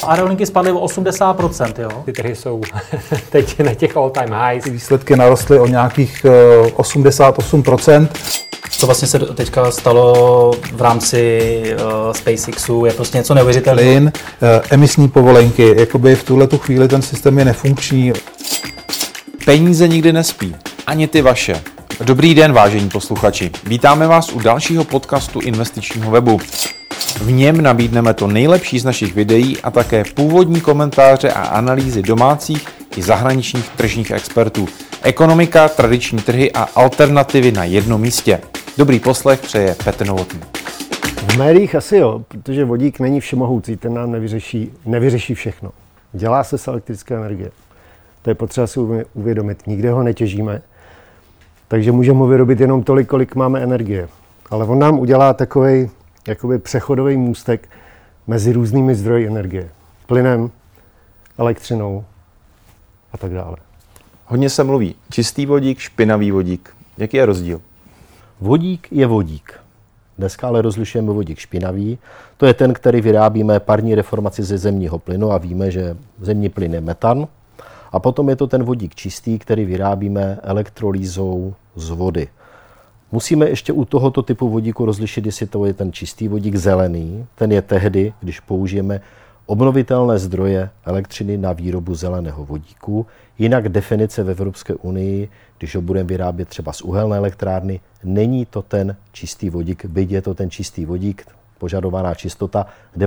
Aerolinky spadly o 80%, jo? Ty trhy jsou teď na těch all-time highs. Výsledky narostly o nějakých 88%. Co vlastně se teďka stalo v rámci SpaceXu, je prostě něco neuvěřitelného. Plyn, emisní povolenky, jakoby v tuhletu chvíli ten systém je nefunkční. Peníze nikdy nespí, ani ty vaše. Dobrý den, vážení posluchači. Vítáme vás u dalšího podcastu investičního webu. V něm nabídneme to nejlepší z našich videí a také původní komentáře a analýzy domácích i zahraničních tržních expertů. Ekonomika, tradiční trhy a alternativy na jednom místě. Dobrý poslech přeje Petr Novotný. V médiích asi jo, protože vodík není všemohoucí, ten nám nevyřeší všechno. Dělá se z elektrické energie. To je potřeba si uvědomit. Nikde ho netěžíme, takže můžeme ho vyrobit jenom tolik, kolik máme energie. Ale on nám udělá takovej jakoby přechodový můstek mezi různými zdroji energie. Plynem, elektřinou a tak dále. Hodně se mluví čistý vodík, špinavý vodík. Jaký je rozdíl? Vodík je vodík. Dneska ale rozlišujeme vodík špinavý. To je ten, který vyrábíme parní deformaci ze zemního plynu a víme, že zemní plyn je metan. A potom je to ten vodík čistý, který vyrábíme elektrolýzou z vody. Musíme ještě u tohoto typu vodíku rozlišit, jestli to je ten čistý vodík zelený. Ten je tehdy, když použijeme obnovitelné zdroje elektřiny na výrobu zeleného vodíku. Jinak definice v Evropské unii, když ho budeme vyrábět třeba z uhelné elektrárny, není to ten čistý vodík, byť je to ten čistý vodík, požadovaná čistota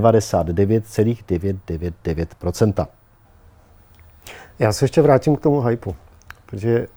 99,999%. Já se ještě vrátím k tomu hypu, protože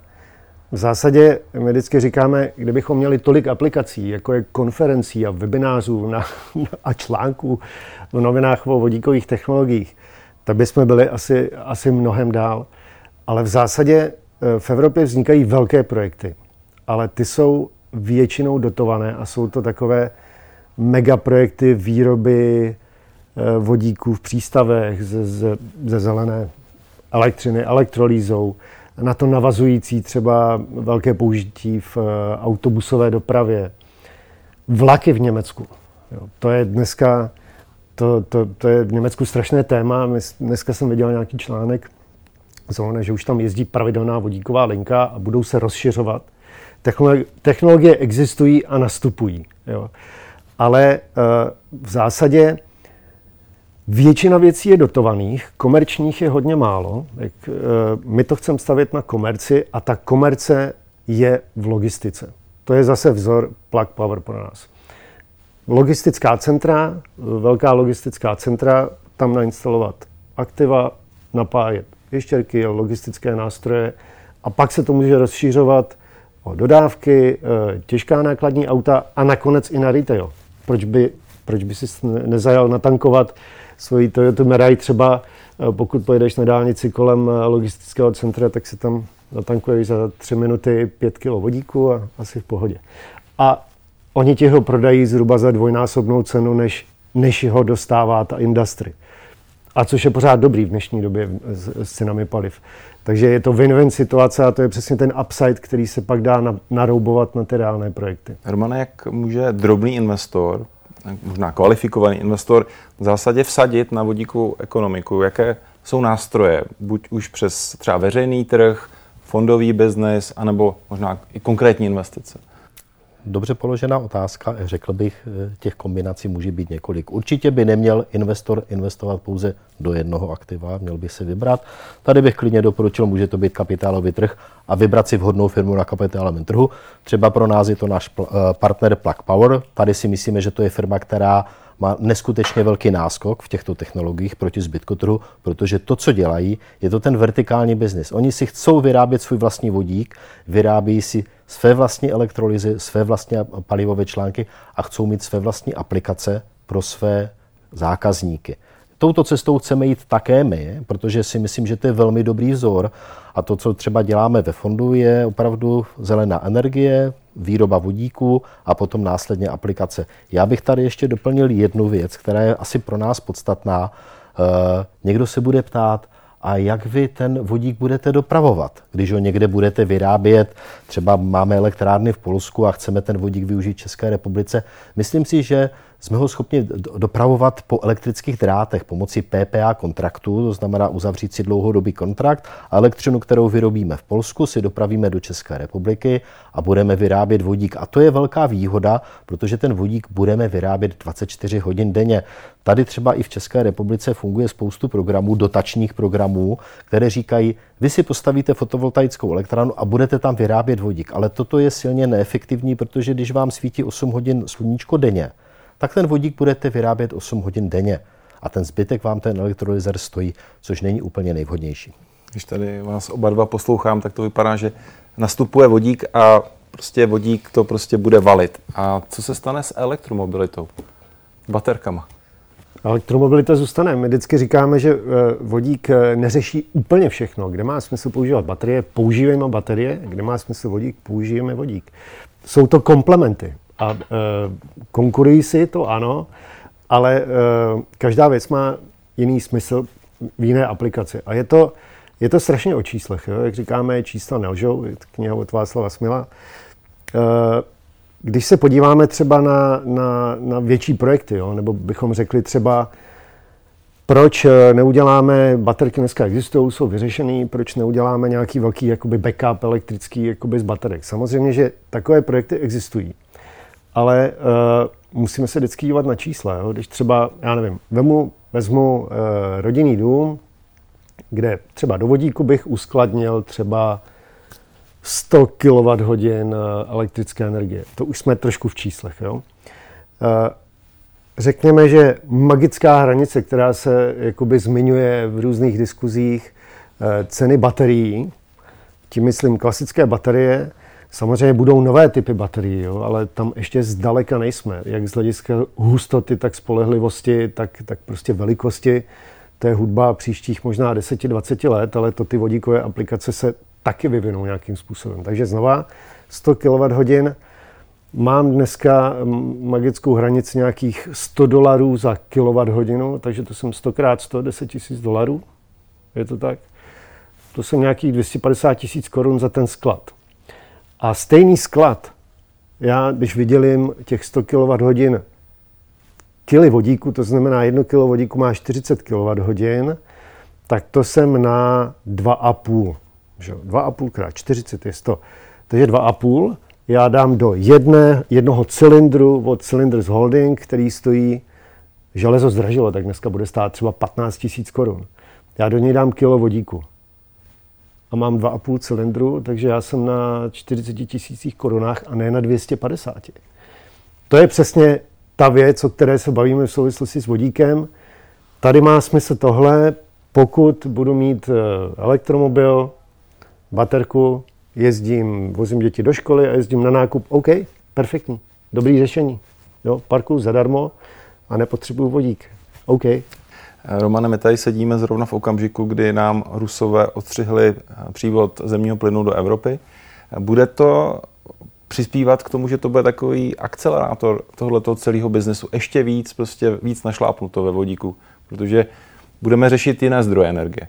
v zásadě my vždycky říkáme, kdybychom měli tolik aplikací, jako je konferencí a webinářů a článků v novinách o vodíkových technologiích, tak bychom byli asi mnohem dál. Ale v zásadě v Evropě vznikají velké projekty, ale ty jsou většinou dotované a jsou to takové megaprojekty výroby vodíků v přístavech ze zelené elektřiny, elektrolýzou, na to navazující třeba velké použití v autobusové dopravě. Vlaky v Německu. Jo, to je dneska, to je v Německu strašné téma. Dneska jsem viděl nějaký článek, že už tam jezdí pravidelná vodíková linka a budou se rozšiřovat. Technologie existují a nastupují. Jo. Ale v zásadě většina věcí je dotovaných, komerčních je hodně málo. My to chceme stavět na komerci a ta komerce je v logistice. To je zase vzor Plug Power pro nás. Logistická centra, velká logistická centra, tam nainstalovat aktiva, napájet ještěrky, logistické nástroje a pak se to může rozšířovat o dodávky, těžká nákladní auta a nakonec i na retail. Proč by si nezajal natankovat svoji Toyota Mirai třeba, pokud pojedeš na dálnici kolem logistického centra, tak si tam natankuješ za 3 minuty 5 kg vodíku a asi v pohodě. A oni ti ho prodají zhruba za dvojnásobnou cenu, než ho dostává ta industry. A což je pořád dobrý v dnešní době s cenami paliv. Takže je to win-win situace a to je přesně ten upside, který se pak dá naroubovat na ty reálné projekty. Romane, jak může drobný investor, možná kvalifikovaný investor, v zásadě vsadit na vodíkovou ekonomiku? Jaké jsou nástroje? Buď už přes třeba veřejný trh, fondový biznes, anebo možná i konkrétní investice? Dobře položená otázka. Řekl bych, těch kombinací může být několik. Určitě by neměl investor investovat pouze do jednoho aktiva, měl by se vybrat. Tady bych klidně doporučil, může to být kapitálový trh a vybrat si vhodnou firmu na kapitálovém trhu. Třeba pro nás je to náš partner Plug Power. Tady si myslíme, že to je firma, která má neskutečně velký náskok v těchto technologiích proti zbytku trhu, protože to, co dělají, je to ten vertikální biznis. Oni si chcou vyrábět svůj vlastní vodík, vyrábějí si své vlastní elektrolyzy, své vlastní palivové články a chcou mít své vlastní aplikace pro své zákazníky. Touto cestou chceme jít také my, protože si myslím, že to je velmi dobrý vzor a to, co třeba děláme ve fondu, je opravdu zelená energie, výroba vodíku a potom následně aplikace. Já bych tady ještě doplnil jednu věc, která je asi pro nás podstatná. Někdo se bude ptát, a jak vy ten vodík budete dopravovat, když ho někde budete vyrábět, třeba máme elektrárny v Polsku a chceme ten vodík využít v České republice. Myslím si, že jsme ho schopni dopravovat po elektrických drátech pomocí PPA kontraktu, to znamená uzavřít si dlouhodobý kontrakt a elektřinu, kterou vyrobíme v Polsku, si dopravíme do České republiky a budeme vyrábět vodík. A to je velká výhoda, protože ten vodík budeme vyrábět 24 hodin denně. Tady třeba i v České republice funguje spoustu programů, dotačních programů, které říkají, vy si postavíte fotovoltaickou elektrárnu a budete tam vyrábět vodík. Ale toto je silně neefektivní, protože když vám svítí 8 hodin sluníčko denně, tak ten vodík budete vyrábět 8 hodin denně a ten zbytek vám ten elektrolyzer stojí, což není úplně nejvhodnější. Když tady vás oba dva poslouchám, tak to vypadá, že nastupuje vodík a prostě vodík to prostě bude valit. A co se stane s elektromobilitou? Baterkama? Elektromobilita zůstane. My vždycky říkáme, že vodík neřeší úplně všechno. Kde má smysl používat baterie, používejme baterie. Kde má smysl vodík, použijeme vodík. Jsou to komplementy. A konkurují si, to ano, ale každá věc má jiný smysl v jiné aplikaci. A je to strašně o číslech. Jo? Jak říkáme, čísla nelžou, je to kniha od Václava Smila. Když se podíváme třeba na větší projekty, jo? Nebo bychom řekli třeba, proč neuděláme, baterky dneska existují, jsou vyřešený, proč neuděláme nějaký velký jakoby backup elektrický jakoby z baterek. Samozřejmě, že takové projekty existují. Ale musíme se vždycky dívat na čísla. Jo? Když třeba, já nevím, vezmu rodinný dům, kde třeba do vodíku bych uskladnil třeba 100 kWh elektrické energie. To už jsme trošku v číslech. Jo? Řekněme, že magická hranice, která se jakoby zmiňuje v různých diskuzích, ceny baterií, tím myslím klasické baterie. Samozřejmě budou nové typy baterií, jo, ale tam ještě zdaleka nejsme. Jak z hlediska hustoty, tak spolehlivosti, tak prostě velikosti. To je hudba příštích možná 10-20 let, ale to ty vodíkové aplikace se taky vyvinou nějakým způsobem. Takže znova 100 kWh. Mám dneska magickou hranici nějakých $100 za kWh, takže to jsem 100 x 100, $10,000. Je to tak? To jsem nějakých 250 000 korun za ten sklad. A stejný sklad, já když vydělím těch 100 kWh kily vodíku, to znamená 1 kg vodíku má 40 kWh, tak to jsem na 2,5. 2,5 x 40 je 100. Takže 2,5 já dám do jednoho cylindru od Cylinders Holding, který stojí, železo zdražilo, tak dneska bude stát třeba 15 000 korun. Já do něj dám kilo vodíku. A mám 2,5 cylindru, takže já jsem na 40 000 korunách a ne na 250. To je přesně ta věc, o které se bavíme v souvislosti s vodíkem. Tady má smysl tohle, pokud budu mít elektromobil, baterku, vozím děti do školy a jezdím na nákup, OK, perfektní, dobrý řešení. Jo, parkuju zadarmo a nepotřebuju vodík. OK. Romane, my tady sedíme zrovna v okamžiku, kdy nám Rusové odstřihli přívod zemního plynu do Evropy. Bude to přispívat k tomu, že to bude takový akcelerátor tohoto celého biznesu? Ještě víc našlápnuto ve vodíku, protože budeme řešit jiné zdroje energie.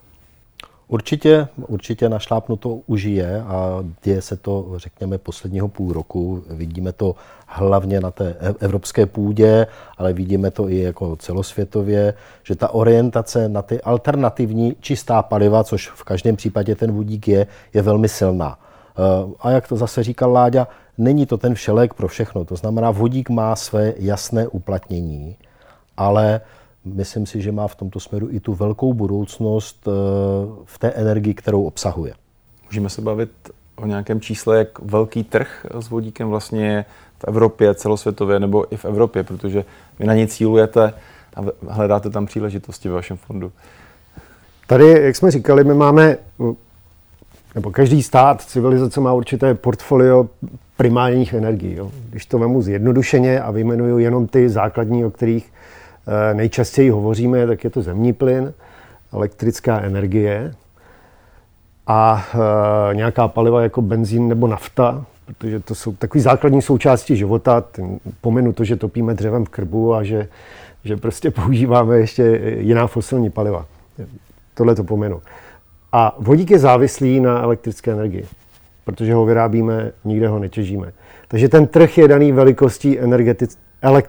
Určitě našlápnuto už je a děje se to, řekněme, posledního půl roku. Vidíme to hlavně na té evropské půdě, ale vidíme to i jako celosvětově, že ta orientace na ty alternativní čistá paliva, což v každém případě ten vodík je velmi silná. A jak to zase říkal Láďa, není to ten všelék pro všechno. To znamená, vodík má své jasné uplatnění, ale myslím si, že má v tomto směru i tu velkou budoucnost v té energii, kterou obsahuje. Můžeme se bavit o nějakém čísle, jak velký trh s vodíkem vlastně je v Evropě, celosvětově nebo i v Evropě, protože vy na něj cílujete a hledáte tam příležitosti ve vašem fondu. Tady, jak jsme říkali, my máme, nebo každý stát, civilizace má určité portfolio primárních energií. Jo. Když to vemu zjednodušeně a vyjmenuju jenom ty základní, o kterých nejčastěji hovoříme, tak je to zemní plyn, elektrická energie a nějaká paliva jako benzín nebo nafta, protože to jsou takové základní součásti života. Pominu to, že topíme dřevem v krbu a že prostě používáme ještě jiná fosilní paliva. Tohle to pominu. A vodík je závislý na elektrické energii, protože ho vyrábíme, nikde ho netěžíme. Takže ten trh je daný velikostí elektrické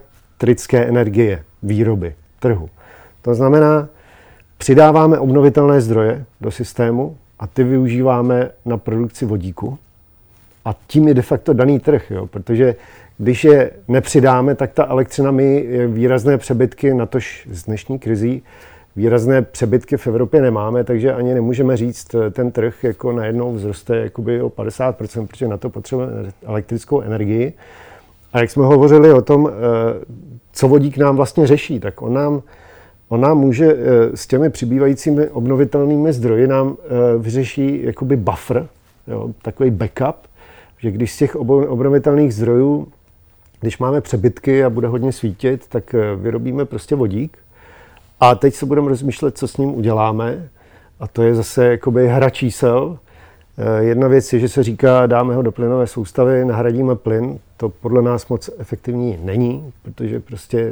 elektrické energie, výroby, trhu. To znamená, přidáváme obnovitelné zdroje do systému a ty využíváme na produkci vodíku. A tím je de facto daný trh, jo? Protože když je nepřidáme, tak ta elektřina my výrazné přebytky, natož z dnešní krizí, výrazné přebytky v Evropě nemáme, takže ani nemůžeme říct, ten trh jako najednou vzroste jakoby o 50%, protože na to potřebujeme elektrickou energii. A jak jsme hovořili o tom, co vodík nám vlastně řeší, tak on nám může s těmi přibývajícími obnovitelnými zdroji nám vyřeší jakoby buffer, jo, takový backup, že když z těch obnovitelných zdrojů, když máme přebytky a bude hodně svítit, tak vyrobíme prostě vodík. A teď se budeme rozmýšlet, co s ním uděláme. A to je zase jakoby hra čísel. Jedna věc je, že se říká, dáme ho do plynové soustavy, nahradíme plyn. To podle nás moc efektivní není, protože prostě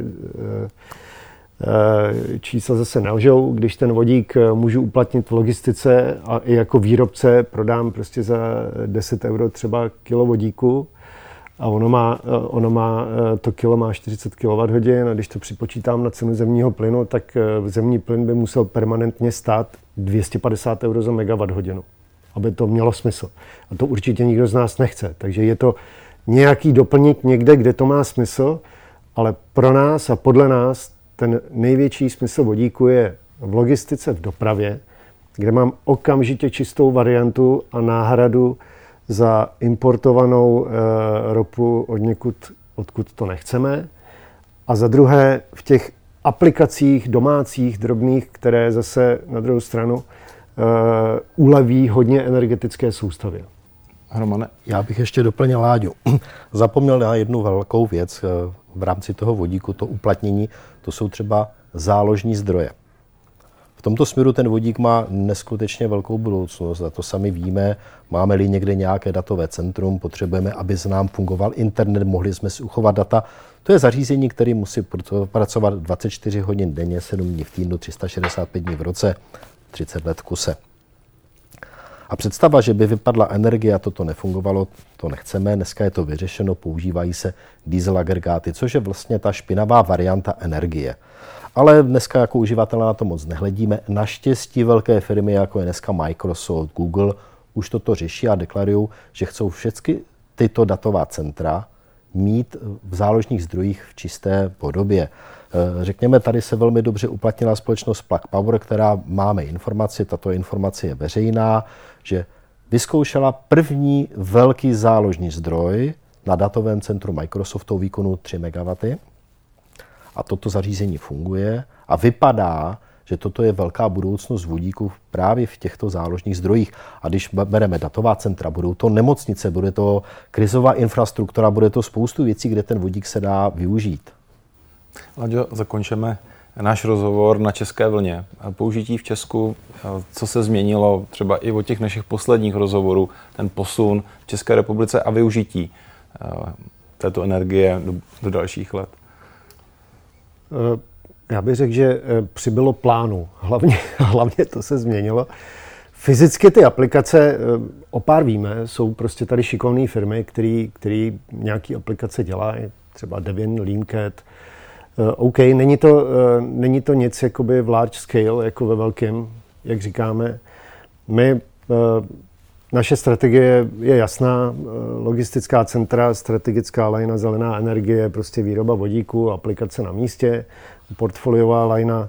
čísla zase nelžou. Když ten vodík můžu uplatnit v logistice a i jako výrobce prodám prostě za 10 euro třeba kilo vodíku a ono má to kilo má 40 kWh a když to připočítám na cenu zemního plynu, tak zemní plyn by musel permanentně stát 250 euro za megawatthodinu, aby to mělo smysl. A to určitě nikdo z nás nechce. Takže je to nějaký doplněk někde, kde to má smysl, ale pro nás a podle nás ten největší smysl vodíku je v logistice, v dopravě, kde mám okamžitě čistou variantu a náhradu za importovanou ropu od někud, odkud to nechceme. A za druhé v těch aplikacích domácích, drobných, které zase na druhou stranu uleví hodně energetické soustavě. Romane? Já bych ještě doplnil Láďu. Zapomněl na jednu velkou věc v rámci toho vodíku, to uplatnění, to jsou třeba záložní zdroje. V tomto směru ten vodík má neskutečně velkou budoucnost a to sami víme. Máme-li někde nějaké datové centrum, potřebujeme, aby z nám fungoval internet, mohli jsme si uchovat data. To je zařízení, které musí pracovat 24 hodin denně, 7 dní v týdnu, 365 dní v roce, 30 let v kuse. A představa, že by vypadla energie a toto nefungovalo, to nechceme. Dneska je to vyřešeno, používají se diesel agregáty, což je vlastně ta špinavá varianta energie. Ale dneska jako uživatel na to moc nehledíme. Naštěstí velké firmy, jako je dneska Microsoft, Google, už toto řeší a deklarují, že chcou všechny tyto datová centra mít v záložních zdrojích v čisté podobě. Řekněme, tady se velmi dobře uplatnila společnost Plug Power, která máme informaci, tato informace je veřejná, že vyzkoušela první velký záložní zdroj na datovém centru Microsoftu výkonu 3 MW. A toto zařízení funguje a vypadá, že toto je velká budoucnost vodíku právě v těchto záložních zdrojích. A když bereme datová centra, budou to nemocnice, bude to krizová infrastruktura, bude to spoustu věcí, kde ten vodík se dá využít. Láďo, zakončíme náš rozhovor na České vlně. Použití v Česku, co se změnilo třeba i od těch našich posledních rozhovorů, ten posun v České republice a využití této energie do dalších let? Já bych řekl, že přibylo plánu. Hlavně to se změnilo. Fyzicky ty aplikace, o pár víme, jsou prostě tady šikovné firmy, který nějaký aplikace dělají, třeba Debian, Leancat. OK, není to nic jakoby v large scale, jako ve velkém, jak říkáme. Naše strategie je jasná, logistická centra, strategická lajna, zelená energie, prostě výroba vodíku, aplikace na místě, portfoliová lajna,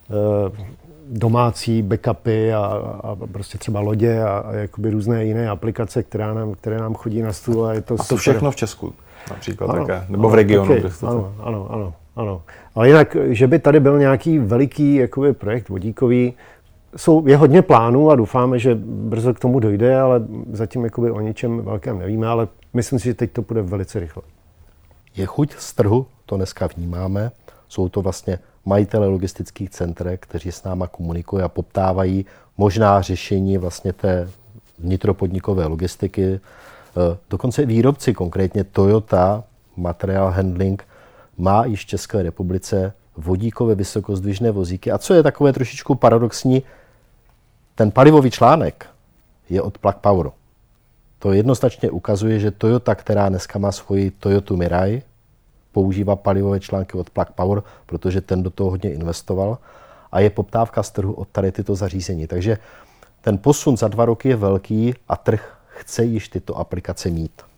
domácí backupy a prostě třeba lodě a jakoby různé jiné aplikace, které nám chodí na stůl a je to super. A to všechno v Česku například také, nebo v regionu. Okay, ano. Ale jinak, že by tady byl nějaký veliký jakoby projekt vodíkový, je hodně plánů a doufáme, že brzo k tomu dojde, ale zatím jakoby o ničem velkém nevíme, ale myslím si, že teď to půjde velice rychle. Je chuť z trhu, to dneska vnímáme. Jsou to vlastně majitele logistických center, kteří s náma komunikují a poptávají možná řešení vlastně té vnitropodnikové logistiky. Dokonce výrobci, konkrétně Toyota Material Handling, má již v České republice vodíkové vysokozdvižné vozíky. A co je takové trošičku paradoxní, ten palivový článek je od Plug Poweru. To jednoznačně ukazuje, že Toyota, která dneska má svoji Toyotu Mirai, používá palivové články od Plug Power, protože ten do toho hodně investoval a je poptávka z trhu od tady tyto zařízení. Takže ten posun za 2 roky je velký a trh chce již tyto aplikace mít.